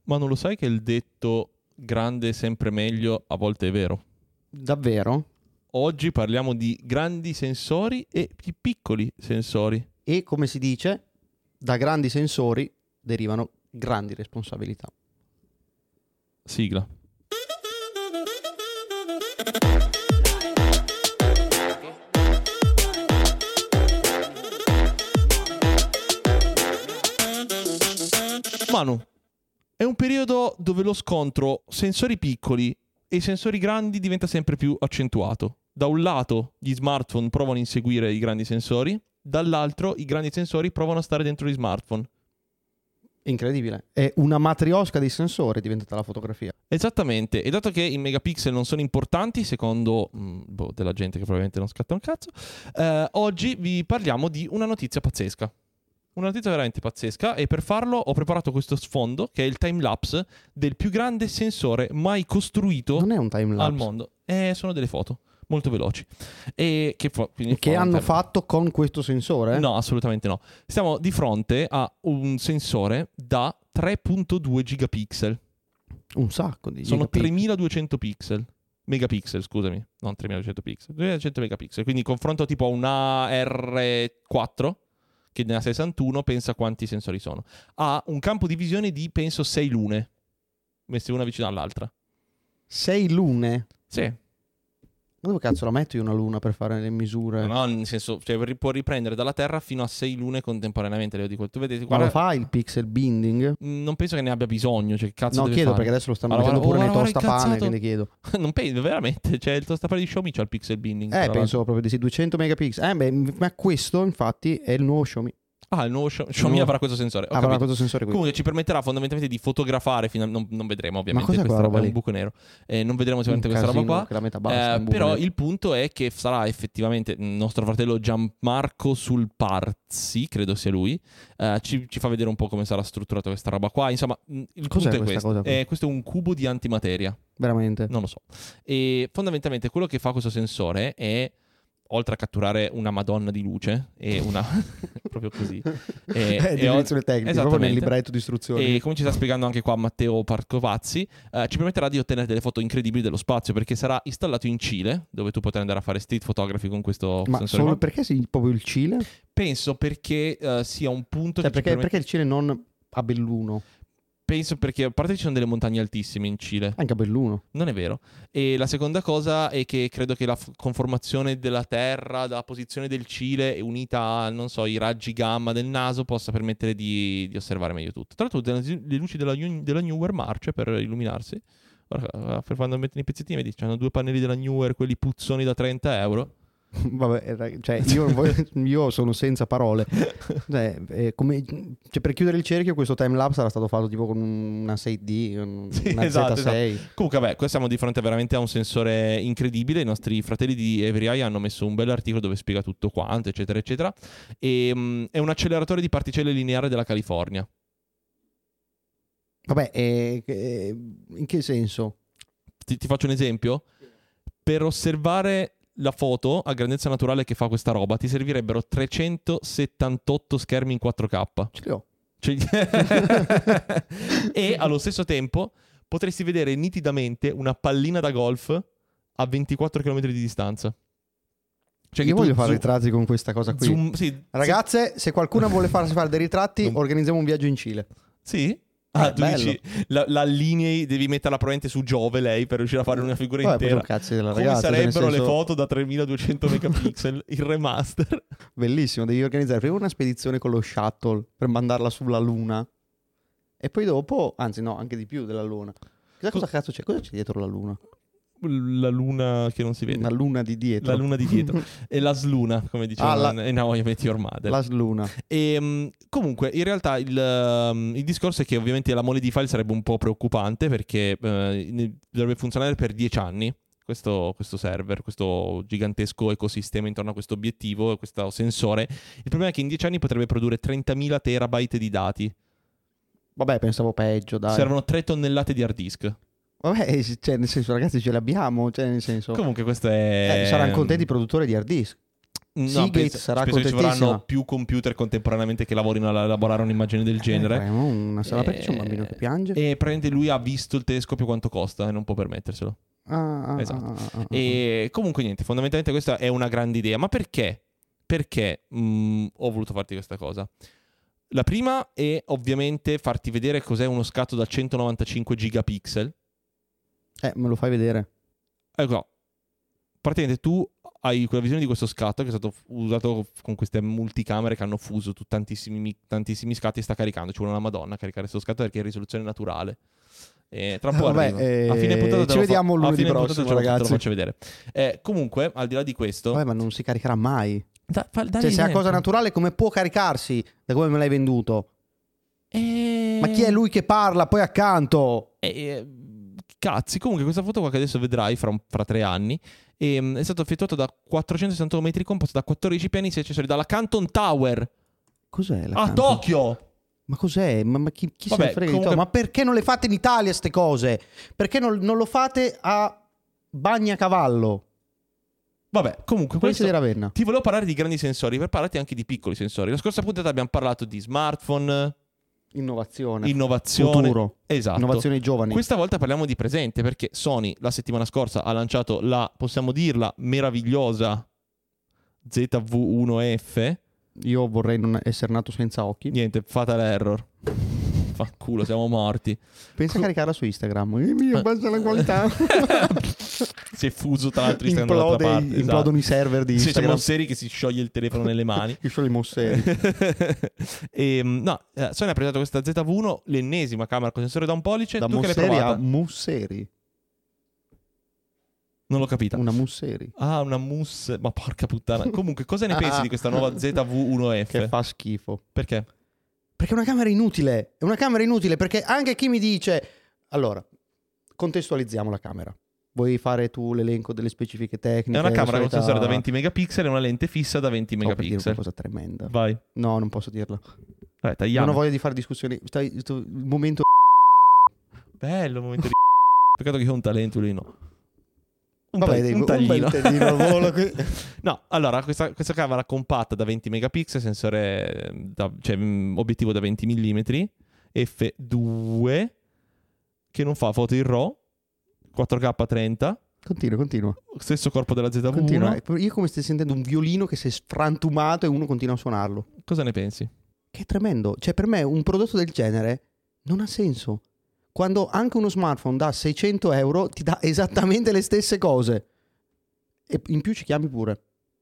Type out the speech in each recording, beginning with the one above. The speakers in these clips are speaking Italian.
Ma non lo sai che il detto grande è sempre meglio a volte è vero? Davvero? Oggi parliamo di grandi sensori e di piccoli sensori. E come si dice, da grandi sensori derivano grandi responsabilità. Sigla. Manu, è un periodo dove lo scontro sensori piccoli e sensori grandi diventa sempre più accentuato. Da un lato gli smartphone provano a inseguire i grandi sensori, dall'altro i grandi sensori provano a stare dentro gli smartphone. Incredibile. È una matriosca di sensori diventata la fotografia. Esattamente, e dato che i megapixel non sono importanti, secondo della gente che probabilmente non scatta un cazzo, oggi vi parliamo di una notizia pazzesca. Una notizia veramente pazzesca, e per farlo ho preparato questo sfondo che è il timelapse del più grande sensore mai costruito Non è un timelapse. al mondo. Sono delle foto molto veloci. E che hanno fatto con questo sensore? No, assolutamente no. Siamo di fronte a un sensore da 3.2 gigapixel. Un sacco di Sono gigapixel. 3200 pixel. Megapixel, scusami. Non 3200 pixel. 2200 megapixel. Quindi confronto tipo a una R4 che ne ha 61, pensa quanti sensori sono. Ha un campo di visione di, penso, 6 lune. Messe una vicino all'altra. 6 lune? Sì. Ma dove cazzo la metto io una luna per fare le misure? No, nel senso, cioè, può riprendere dalla Terra fino a 6 lune contemporaneamente. Le dico, tu vedete, Ma guarda, lo fa il pixel binding? non penso che ne abbia bisogno. Cioè, che cazzo No, deve chiedo fare? perché adesso lo stanno Allora, mettendo pure nei guarda, tostapane, incazzato. quindi chiedo. Non penso, veramente. Cioè, il tostapane di Xiaomi c'ha il pixel binding. tra Penso l'altro. proprio di sì, 200 megapixel. Ma questo infatti è il nuovo Xiaomi. Ah, il nuovo Xiaomi avrà questo sensore. Ho Avrà capito. questo sensore qui. Comunque ci permetterà fondamentalmente di fotografare non vedremo ovviamente. Ma cos'è quella roba è lì? un buco nero. Non vedremo sicuramente questa roba qua. Che la metà basta, un buco Però nero. il punto è che sarà effettivamente il nostro fratello Gianmarco Sulparzi, credo sia lui, ci fa vedere un po' come sarà strutturata questa roba qua. Insomma, il Cos'è punto è questa questo. cosa qui? Questo è un cubo di antimateria. Veramente. Non lo so. E fondamentalmente quello che fa questo sensore è, oltre a catturare una madonna di luce e una proprio così, È definizione tecnica, proprio nel libretto di istruzioni. e come ci sta spiegando anche qua Matteo Parcovazzi, ci permetterà di ottenere delle foto incredibili dello spazio, perché sarà installato in Cile, dove tu potrai andare a fare street photography con questo Ma sensore solo qua. perché proprio il Cile? Penso perché sia un punto Cioè, che perché il Cile non a Belluno? penso perché a parte ci sono delle montagne altissime in Cile. Anche a Belluno. Non è vero. E la seconda cosa è che credo che la conformazione della Terra, dalla posizione del Cile, unita a, non so, i raggi gamma del naso, possa permettere di osservare meglio tutto. Tra l'altro, le luci della Newer marce per illuminarsi. Ora, per quando mettono i pezzettini, vedi, c'hanno due pannelli della Newer, quelli puzzoni da 30 euro. Vabbè, cioè io sono senza parole. Cioè, per chiudere il cerchio, questo timelapse era stato fatto tipo con una 6D, Sì, una esatto, Z6. Comunque, vabbè, qua siamo di fronte veramente a un sensore incredibile. I nostri fratelli di Every hanno messo un bel articolo dove spiega tutto quanto, eccetera, eccetera. E è un acceleratore di particelle lineare della California. Vabbè, in che senso? Ti faccio un esempio. Per osservare la foto a grandezza naturale che fa questa roba ti servirebbero 378 schermi in 4K. Ce li ho. E allo stesso tempo potresti vedere nitidamente una pallina da golf a 24 km di distanza. Cioè, Io che tu voglio fare ritratti con questa cosa qui. sì, Ragazze, se qualcuno vuole farsi fare dei ritratti, organizziamo un viaggio in Cile. sì? Ah, tu bello. dici la allinei, devi metterla probabilmente su Giove lei per riuscire a fare una figura Vabbè, intera. poi sono cazzi della Come ragazza, cioè, nel sarebbero le senso- foto da 3200 megapixel il remaster? Bellissimo, devi organizzare prima una spedizione con lo shuttle per mandarla sulla Luna. E poi dopo, anzi no, anche di più della Luna. Cosa cazzo c'è? Cosa c'è dietro la Luna? La luna che non si vede. Una luna di dietro. La luna di dietro. E la sluna, come dicevano in How I Met Your Mother. La sluna. E comunque, in realtà il discorso è che ovviamente la mole di file sarebbe un po' preoccupante, perché dovrebbe funzionare per 10 anni. Questo server, questo gigantesco ecosistema intorno a questo obiettivo, questo sensore. Il problema è che in 10 anni potrebbe produrre 30.000 terabyte di dati. Vabbè, pensavo peggio, dai. Servono 3 tonnellate di hard disk. Vabbè, cioè, nel senso, ragazzi, ce l'abbiamo. Cioè, nel senso... Comunque questo è... saranno contenti i produttori di hard disk. Seagate sarà penso che ci contentissima. vorranno più computer contemporaneamente che lavorino a elaborare un'immagine del genere. Una sala perché c'è un bambino che piange. E praticamente lui ha visto il telescopio quanto costa e non può permetterselo. Esatto. E comunque niente, fondamentalmente questa è una grande idea. Ma perché? Perché ho voluto farti questa cosa? La prima è ovviamente farti vedere cos'è uno scatto da 195 gigapixel. Me lo fai vedere. Ecco, praticamente tu hai quella visione di questo scatto che è stato usato con queste multicamere che hanno fuso tantissimi scatti e sta caricando. Ci vuole una madonna a caricare questo scatto perché è risoluzione naturale. Tra un po' arriva. A fine puntata ci vediamo lunedì prossimo, ragazzi. Te lo faccio vedere. Comunque, al di là di questo... Vabbè, ma non si caricherà mai. Cioè, se è una cosa naturale, come può caricarsi da come me l'hai venduto? Ma chi è lui che parla poi accanto? Cazzi, comunque questa foto qua che adesso vedrai fra 3 anni è stato effettuato da 461 metri composto da 14 piani e accessori dalla Canton Tower. Cos'è la a Canton? Tokyo? Ma cos'è? Ma chi se Vabbè, ne frega comunque... di Tokyo? Ma perché non le fate in Italia ste cose? Perché non lo fate a Bagnacavallo? Vabbè, comunque questo... di Ravenna. Ti volevo parlare di grandi sensori per parlarti anche di piccoli sensori. La scorsa puntata abbiamo parlato di smartphone, innovazione, futuro. Esatto. Innovazioni giovani. Questa volta parliamo di presente perché Sony la settimana scorsa ha lanciato la, possiamo dirla, meravigliosa ZV-1F. Io vorrei non essere nato senza occhi. Niente, fatal error. Fa culo, siamo morti. Pensa a caricarla su Instagram. Mio, basta la qualità. Si è fuso tra l'altro Instagram dall'altra parte. Implodono i server di Instagram. C'è Mosseri che si scioglie il telefono nelle mani. Io sono i Mosseri. Sony ha presentato questa ZV1, l'ennesima camera con sensore da un pollice. Da tu che l'hai Mosseri provata? a Musseri. Non l'ho capita. Una Musseri. Ah, una mousse. Ma porca puttana. Comunque, cosa ne pensi di questa nuova ZV-1F? Che fa schifo. Perché? Perché è una camera inutile. È una camera inutile perché anche chi mi dice... Allora, contestualizziamo la camera. Vuoi fare tu l'elenco delle specifiche tecniche? È una camera con sensore da 20 megapixel e una lente fissa da 20 megapixel. È una cosa tremenda. Vai. No, non posso dirla. Tagliamo. Non ho voglia di fare discussioni. Il momento... Bello il momento di... Peccato che ho un talento lì, no. Un taglino. No, allora, questa camera compatta da 20 megapixel, sensore obiettivo da 20 mm, f2, che non fa foto in RAW, 4K 30. Continua. Stesso corpo della ZV1. Continua. Io come stai sentendo un violino che si è frantumato e uno continua a suonarlo. Cosa ne pensi? Che è tremendo. Cioè, per me un prodotto del genere non ha senso. Quando anche uno smartphone da 600 euro ti dà esattamente le stesse cose. E in più ci chiami pure.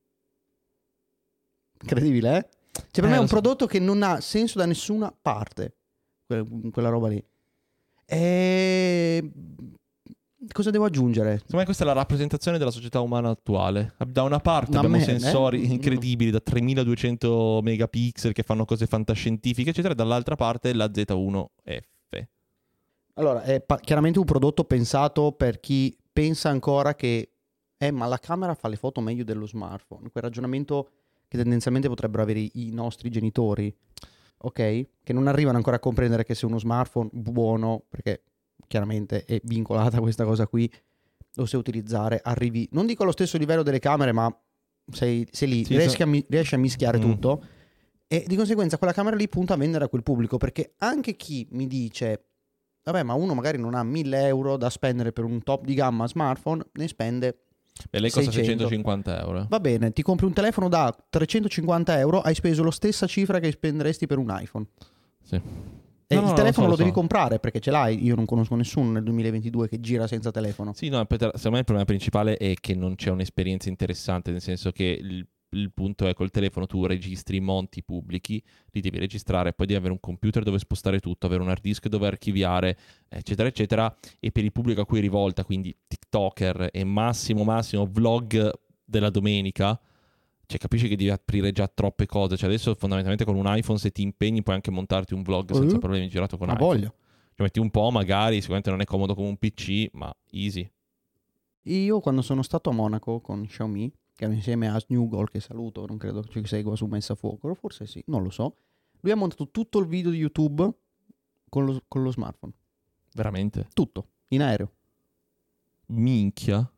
Incredibile, eh? Cioè, per me è un prodotto che non ha senso da nessuna parte. Quella roba lì. E... cosa devo aggiungere? Secondo me questa è la rappresentazione della società umana attuale. Da una parte abbiamo sensori incredibili da 3200 megapixel che fanno cose fantascientifiche, eccetera, e dall'altra parte la Z1F. Allora, è chiaramente un prodotto pensato per chi pensa ancora che ma la camera fa le foto meglio dello smartphone. Quel ragionamento che tendenzialmente potrebbero avere i nostri genitori, ok? Che non arrivano ancora a comprendere che se uno smartphone buono, perché chiaramente è vincolata questa cosa qui, lo sai utilizzare, arrivi, non dico allo stesso livello delle camere, ma sei lì, sì, riesci a mischiare tutto, e di conseguenza quella camera lì punta a vendere a quel pubblico, perché anche chi mi dice... Vabbè, ma uno magari non ha 1.000 euro da spendere per un top di gamma smartphone, ne spende... Beh, lei costa 650 euro. Va bene, ti compri un telefono da 350 euro, hai speso la stessa cifra che spenderesti per un iPhone. Sì. E il telefono lo devi comprare perché ce l'hai. Io non conosco nessuno nel 2022 che gira senza telefono. Sì, no, secondo me il problema principale è che non c'è un'esperienza interessante, nel senso che il punto è col telefono tu registri monti pubblici, li devi registrare, poi devi avere un computer dove spostare tutto, avere un hard disk dove archiviare, eccetera, eccetera, e per il pubblico a cui è rivolta, quindi TikToker e massimo vlog della domenica, cioè capisci che devi aprire già troppe cose, cioè adesso fondamentalmente con un iPhone se ti impegni puoi anche montarti un vlog senza problemi girato con iPhone. Voglia. Ci metti un po', magari, sicuramente non è comodo come un PC, ma easy. Io quando sono stato a Monaco con Xiaomi, che era insieme a Snugol, che saluto, non credo che ci segua su Messa a Fuoco, forse sì, non lo so. Lui ha montato tutto il video di YouTube con lo smartphone. Veramente? Tutto, in aereo. Minchia.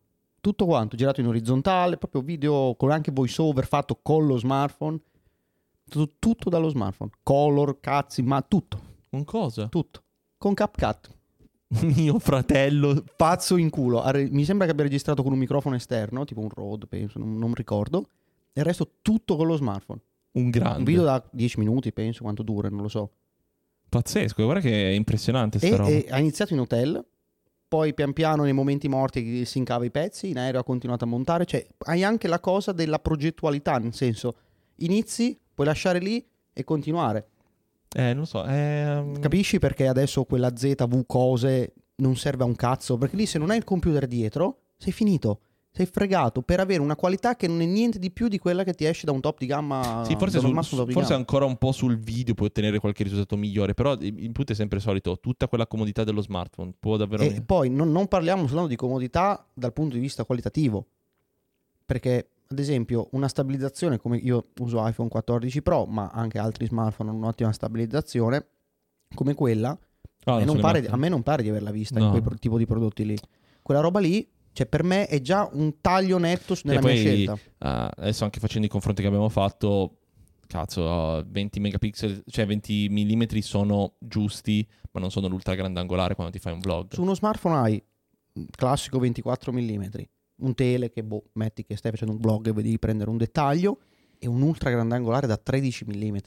tutto quanto girato in orizzontale, proprio video con anche voice over fatto con lo smartphone, tutto dallo smartphone, color, cazzi, ma tutto, Un cosa? tutto, con CapCut. Mio fratello. Pazzo in culo. Mi sembra che abbia registrato con un microfono esterno, tipo un Rode, penso, non ricordo. E il resto tutto con lo smartphone. Un grande. Un video da 10 minuti, penso, quanto dura, non lo so. Pazzesco, guarda che è impressionante sta roba. E ha iniziato in hotel, poi pian piano nei momenti morti si incava i pezzi, in aereo ha continuato a montare. Cioè, hai anche la cosa della progettualità, nel senso, inizi, puoi lasciare lì e continuare. Non so. Capisci perché adesso quella ZV cose non serve a un cazzo? Perché lì se non hai il computer dietro, sei finito. Sei fregato per avere una qualità che non è niente di più di quella che ti esce da un top di gamma. Sì, forse, da uno smartphone top di forse gamma. ancora un po' sul video puoi ottenere qualche risultato migliore, però il punto è sempre il solito, tutta quella comodità dello smartphone può davvero... E poi non parliamo soltanto di comodità dal punto di vista qualitativo. Perché, ad esempio, una stabilizzazione, come io uso iPhone 14 Pro, ma anche altri smartphone hanno un'ottima stabilizzazione, come quella, Ah, non so a me non pare di averla vista in No. quel tipo di prodotti lì. Quella roba lì, cioè per me è già un taglio netto nella mia poi, scelta. adesso anche facendo i confronti che abbiamo fatto, cazzo, 20 megapixel, cioè 20 mm sono giusti, ma non sono l'ultra grandangolare quando ti fai un vlog. Su uno smartphone hai un classico 24 mm, un tele che metti che stai facendo un vlog e vedi di prendere un dettaglio, e un ultra grandangolare da 13 mm.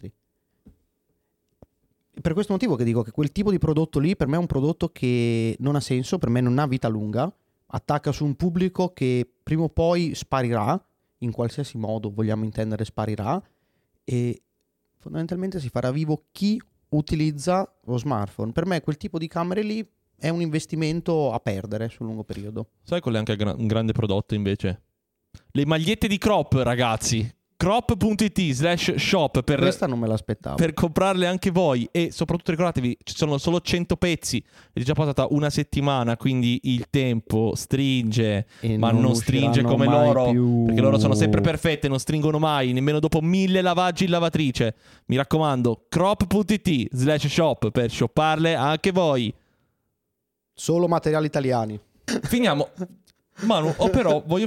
Per questo motivo che dico che quel tipo di prodotto lì per me è un prodotto che non ha senso, per me non ha vita lunga, attacca su un pubblico che prima o poi sparirà, in qualsiasi modo vogliamo intendere sparirà, e fondamentalmente si farà vivo chi utilizza lo smartphone. Per me quel tipo di camere lì è un investimento a perdere sul lungo periodo. Sai qual è anche un grande prodotto invece? Le magliette di Crop, ragazzi. Crop.it/shop Questa non me l'aspettavo. per comprarle anche voi. E soprattutto ricordatevi, ci sono solo 100 pezzi. È già passata una settimana, quindi il tempo stringe, E ma non stringe come mai loro, più. perché loro sono sempre perfette, non stringono mai, nemmeno dopo 1000 lavaggi in lavatrice. Mi raccomando, crop.it/shop per shopparle anche voi. Solo materiali italiani. Finiamo. Manu, però voglio...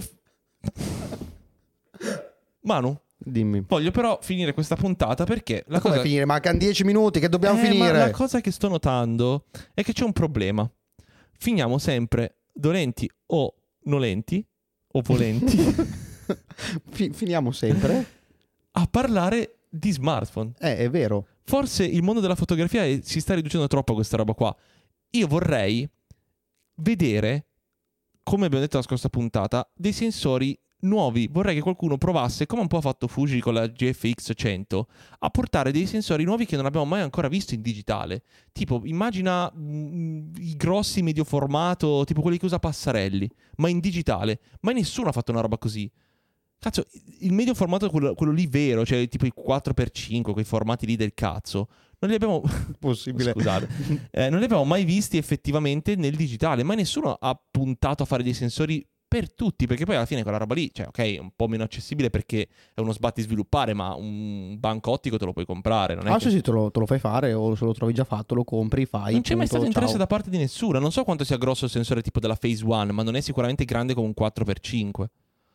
Manu, Dimmi. voglio però finire questa puntata perché la Come cosa... finire? Mancano 10 minuti, che dobbiamo Ma finire. la cosa che sto notando è che c'è un problema. Finiamo sempre dolenti o nolenti o volenti Finiamo sempre. a parlare di smartphone. È vero. Forse il mondo della fotografia si sta riducendo troppo a questa roba qua. Io vorrei vedere, come abbiamo detto nella scorsa puntata, dei sensori nuovi. Vorrei che qualcuno provasse, come un po' ha fatto Fuji con la GFX 100, a portare dei sensori nuovi che non abbiamo mai ancora visto in digitale. Tipo, immagina i grossi medio formato, tipo quelli che usa Passarelli, ma in digitale. Mai nessuno ha fatto una roba così. Cazzo, il medio formato, quello lì vero, cioè tipo i 4x5, quei formati lì del cazzo, non li abbiamo... Possibile. Scusate. Non li abbiamo mai visti effettivamente nel digitale, ma nessuno ha puntato a fare dei sensori per tutti, perché poi alla fine quella roba lì, cioè ok, è un po' meno accessibile perché è uno sbatti sviluppare, ma un banco ottico te lo puoi comprare, non è che... Sì, te lo fai fare, o se lo trovi già fatto, lo compri, fai. Non c'è mai punto, stato interesse ciao. da parte di nessuno. Non so quanto sia grosso il sensore tipo della Phase One, ma non è sicuramente grande come un 4x5.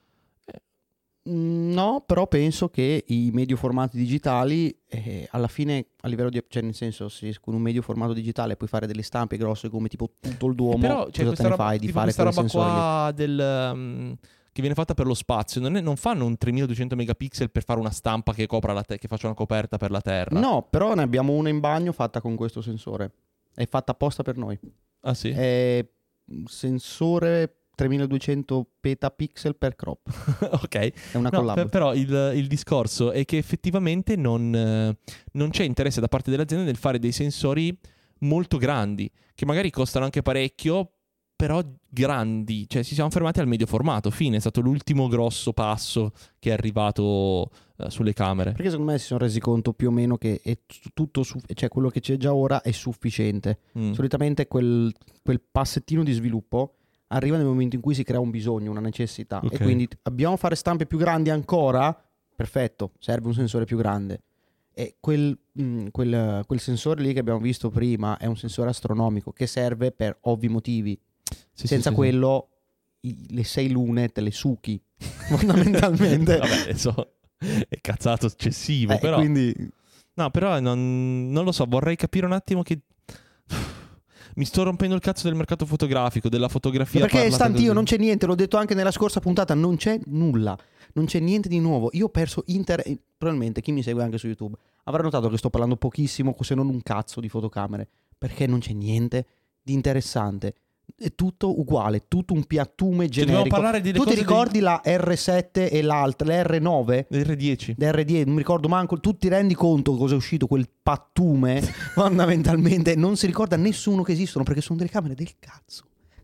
No, però penso che i medio formati digitali alla fine a livello di, cioè nel senso, se con un medio formato digitale puoi fare delle stampe grosse come tipo tutto il Duomo, Però c'è cosa questa te ne roba, fai di tipo fare questa quei roba sensori lì? qua che viene fatta per lo spazio. Non fanno un 3200 megapixel per fare una stampa che copra che faccia una coperta per la Terra. No, però ne abbiamo una in bagno fatta con questo sensore. È fatta apposta per noi. Ah sì? È un sensore 3200 petapixel per crop. Ok. È una No, collab. però il discorso è che effettivamente non c'è interesse da parte delle aziende nel fare dei sensori molto grandi, che magari costano anche parecchio, però grandi. Cioè si siamo fermati al medio formato. Fine, è stato l'ultimo grosso passo che è arrivato sulle camere. Perché secondo me si sono resi conto più o meno che è tutto, cioè quello che c'è già ora è sufficiente. Mm. Solitamente quel passettino di sviluppo arriva nel momento in cui si crea un bisogno, una necessità. Ok. E quindi abbiamo fare stampe più grandi ancora? Perfetto, serve un sensore più grande. E quel sensore lì che abbiamo visto prima è un sensore astronomico che serve per ovvi motivi. Sì, Senza sì, sì, quello le 6 lune te le succhi, fondamentalmente. Vabbè, adesso è cazzato eccessivo, però... Quindi... No, però non lo so, vorrei capire un attimo che... Mi sto rompendo il cazzo del mercato fotografico, della fotografia. Perché parlata stantio, così. non c'è niente, l'ho detto anche nella scorsa puntata, non c'è nulla, non c'è niente di nuovo. Io ho perso probabilmente chi mi segue anche su YouTube avrà notato che sto parlando pochissimo, se non un cazzo di fotocamere, perché non c'è niente di interessante. È tutto uguale, tutto un piattume generico. Dobbiamo parlare delle Tu ti cose ricordi la R7 e l'altra, la R9? R10. La R10, non mi ricordo manco, tu ti rendi conto cosa è uscito quel pattume? Fondamentalmente non si ricorda nessuno che esistono perché sono delle camere del cazzo.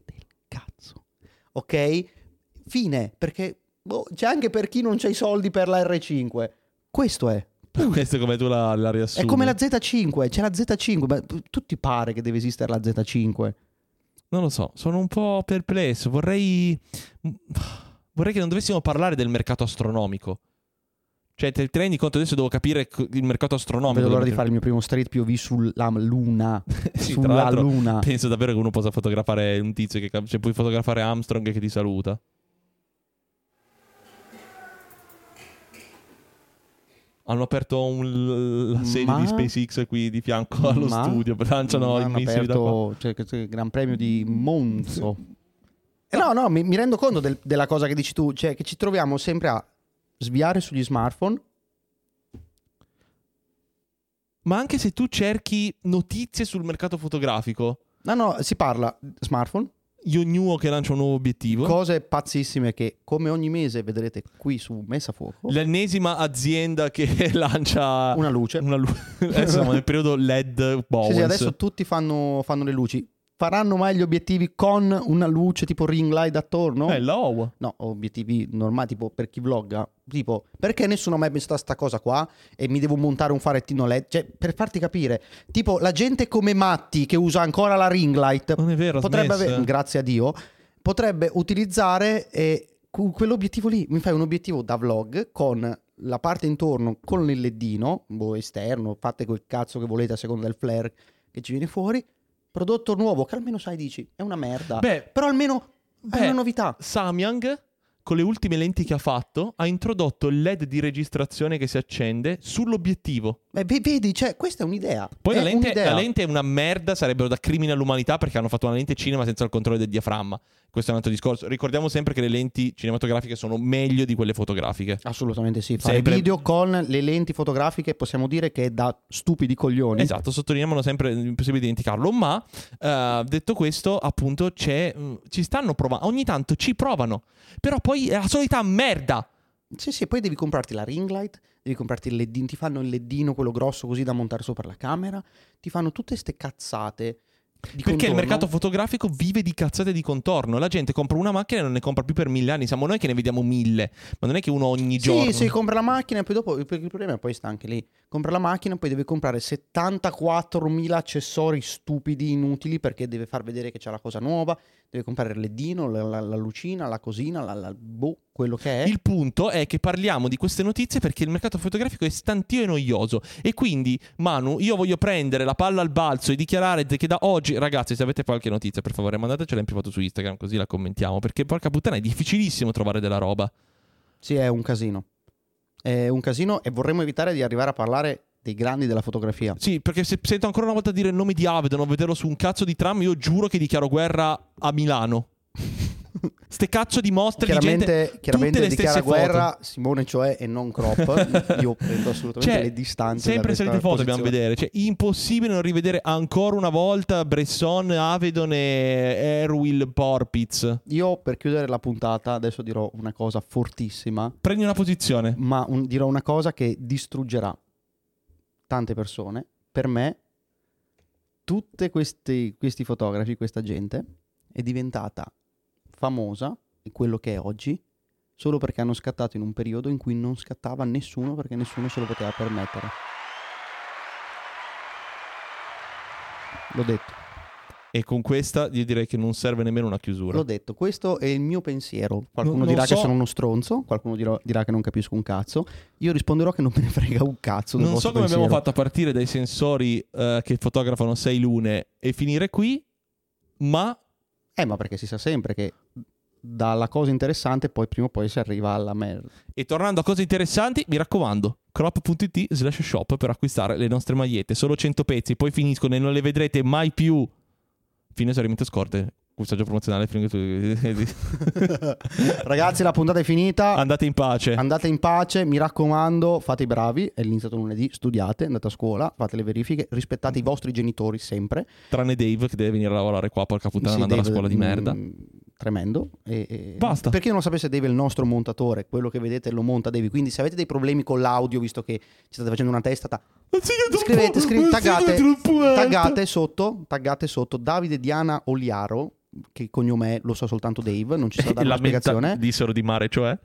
Ok? Fine, perché c'è anche per chi non c'ha i soldi per la R5. Questo è. Questo è come tu la riassumi. È come la Z5, c'è la Z5, ma tu ti pare che deve esistere la Z5? Non lo so, sono un po' perplesso. Vorrei che non dovessimo parlare del mercato astronomico. Cioè, ti rendi conto? Adesso devo capire il mercato astronomico. Non vedo l'ora di fare il mio primo street POV sulla Luna. Sì, sulla Luna. Penso davvero che uno possa fotografare un tizio che... Cioè, puoi fotografare Armstrong che ti saluta. Hanno aperto la sede di SpaceX qui di fianco allo studio. Lanciano i missili da qua. Cioè, il Gran Premio di Monzo. No, mi rendo conto della cosa che dici tu. Cioè, che ci troviamo sempre a sviare sugli smartphone. Ma anche se tu cerchi notizie sul mercato fotografico. No, si parla smartphone. Yongnuo che lancia un nuovo obiettivo. Cose pazzissime che come ogni mese vedrete qui su Messa a Fuoco. L'ennesima azienda che lancia una luce. Adesso siamo nel periodo LED Bowens. Sì, adesso tutti fanno le luci. Faranno mai gli obiettivi con una luce tipo ring light attorno? No, obiettivi normali, tipo per chi vlogga. Tipo, perché nessuno ha mai pensato a sta cosa qua e mi devo montare un farettino LED? Cioè, per farti capire, tipo, la gente come Matti che usa ancora la ring light non è vero, potrebbe grazie a Dio, potrebbe utilizzare quell'obiettivo lì. Mi fai un obiettivo da vlog con la parte intorno con il ledino, esterno, fate quel cazzo che volete a seconda del flare che ci viene fuori. Prodotto nuovo, che almeno sai, dici, è una merda. Però almeno è una novità. Samyang, con le ultime lenti che ha fatto, ha introdotto il LED di registrazione che si accende sull'obiettivo. Vedi, cioè, questa è un'idea. Poi la lente è una merda, sarebbero da crimine all'umanità perché hanno fatto una lente cinema senza il controllo del diaframma. Questo è un altro discorso. Ricordiamo sempre che le lenti cinematografiche sono meglio di quelle fotografiche. Assolutamente sì. Fare video con le lenti fotografiche possiamo dire che è da stupidi coglioni. Esatto, sottolineiamolo sempre, è impossibile dimenticarlo. Ma detto questo, appunto, ci stanno provando. Ogni tanto ci provano. Però poi è la solita merda. Sì, poi devi comprarti la ring light, devi comprarti il ledino, ti fanno il ledino, quello grosso così da montare sopra la camera, ti fanno tutte ste cazzate. Perché il mercato fotografico vive di cazzate di contorno. La gente compra una macchina e non ne compra più per 1000 anni. Siamo noi che ne vediamo 1000, ma non è che uno ogni giorno. Sì, compra la macchina e poi dopo il problema poi sta anche lì. Compra la macchina, poi deve comprare 74.000 accessori stupidi, inutili, perché deve far vedere che c'è la cosa nuova. Deve comprare il ledino, la lucina, la cosina, quello che è. Il punto è che parliamo di queste notizie perché il mercato fotografico è stantio e noioso. E quindi, Manu, io voglio prendere la palla al balzo e dichiarare che da oggi, ragazzi, se avete qualche notizia, per favore, mandatecela in privato su Instagram, così la commentiamo. Perché, porca puttana, è difficilissimo trovare della roba. Sì, è un casino. È un casino e vorremmo evitare di arrivare a parlare dei grandi della fotografia. Sì, perché se sento ancora una volta dire il nome di Avedon o vederlo su un cazzo di tram, io giuro che dichiaro guerra a Milano. Ste cazzo di mostre chiaramente dichiara guerra foto. Simone, cioè, e non Crop. Io prendo assolutamente le distanze. Sempre solite foto dobbiamo vedere. Cioè, impossibile non rivedere ancora una volta Bresson, Avedon e Erwill Porpitz. Io, per chiudere la puntata, adesso dirò una cosa fortissima. Prendi una posizione. Ma dirò una cosa che distruggerà tante persone. Per me, tutti questi fotografi, questa gente, è diventata famosa e quello che è oggi solo perché hanno scattato in un periodo in cui non scattava nessuno, perché nessuno se lo poteva permettere. L'ho detto. E con questa io direi che non serve nemmeno una chiusura. L'ho detto, questo è il mio pensiero. Qualcuno dirà che sono uno stronzo, qualcuno dirà che non capisco un cazzo. Io risponderò che non me ne frega un cazzo del non so come pensiero. abbiamo fatto a partire dai sensori che fotografano 6 lune e finire qui, ma perché si sa sempre che dalla cosa interessante, poi prima o poi si arriva alla merda. E tornando a cose interessanti, mi raccomando, crop.it/shop per acquistare le nostre magliette. Solo 100 pezzi, poi finiscono e non le vedrete mai più. Fine esaurimento scorte. Messaggio promozionale. Ragazzi, la puntata è finita. Andate in pace. Andate in pace, mi raccomando, fate i bravi. È l'iniziato lunedì, studiate, andate a scuola, fate le verifiche, rispettate i vostri genitori sempre. Tranne Dave che deve venire a lavorare qua, porca puttana, Sì, andare alla Dave, scuola di merda. Tremendo. Basta. Per chi non lo sapesse, Dave è il nostro montatore, quello che vedete lo monta Dave. Quindi se avete dei problemi con l'audio, visto che ci state facendo una testa, scrivete, taggate sotto Davide Diana Oliaro, che cognome è, lo sa soltanto Dave, non ci sarà dare una spiegazione. Dissero di mare, cioè.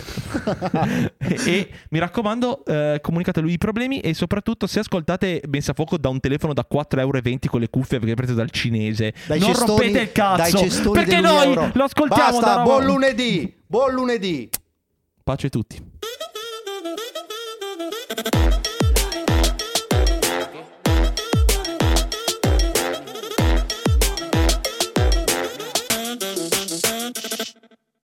E mi raccomando, comunicate a lui i problemi e soprattutto se ascoltate Bensafuoco da un telefono da 4,20 € con le cuffie perché prese dal cinese, non rompete il cazzo, perché noi lo ascoltiamo. Basta, buon lunedì. Pace a tutti.